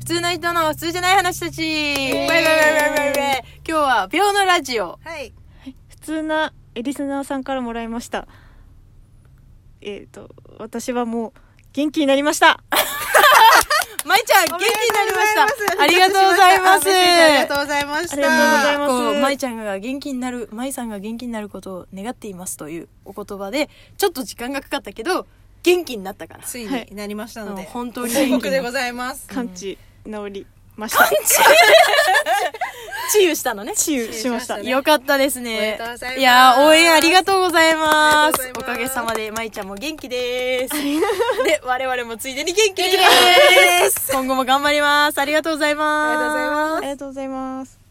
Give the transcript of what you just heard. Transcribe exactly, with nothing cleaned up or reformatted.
普通の人の普通じゃない話たち。バイバイバイバイバイバイ。今日は秒のラジオ。 はい。 普通なリスナーさんからもらいました。えっと、私はもう元気になりました。 まいちゃん元気になりました。ありがとうございます。 ありがとうございました。 ありがとうございます。 こうまいちゃんが元気になる、まいさんが元気になることを願っていますというお言葉で、ちょっと時間がかかったけど元気になったから。 ついになりましたので、 はい、本当に報告でございます。 完治治りました。 治癒したのね。 治癒しました。 よかったですね。 おめでとうございます。 いやー、応援ありがとうございます。 おおかげさまでまいちゃんも元気です。で、我々もついでに元気です。今後も頑張ります。ありがとうございます。 ありがとうございます。 ありがとうございます。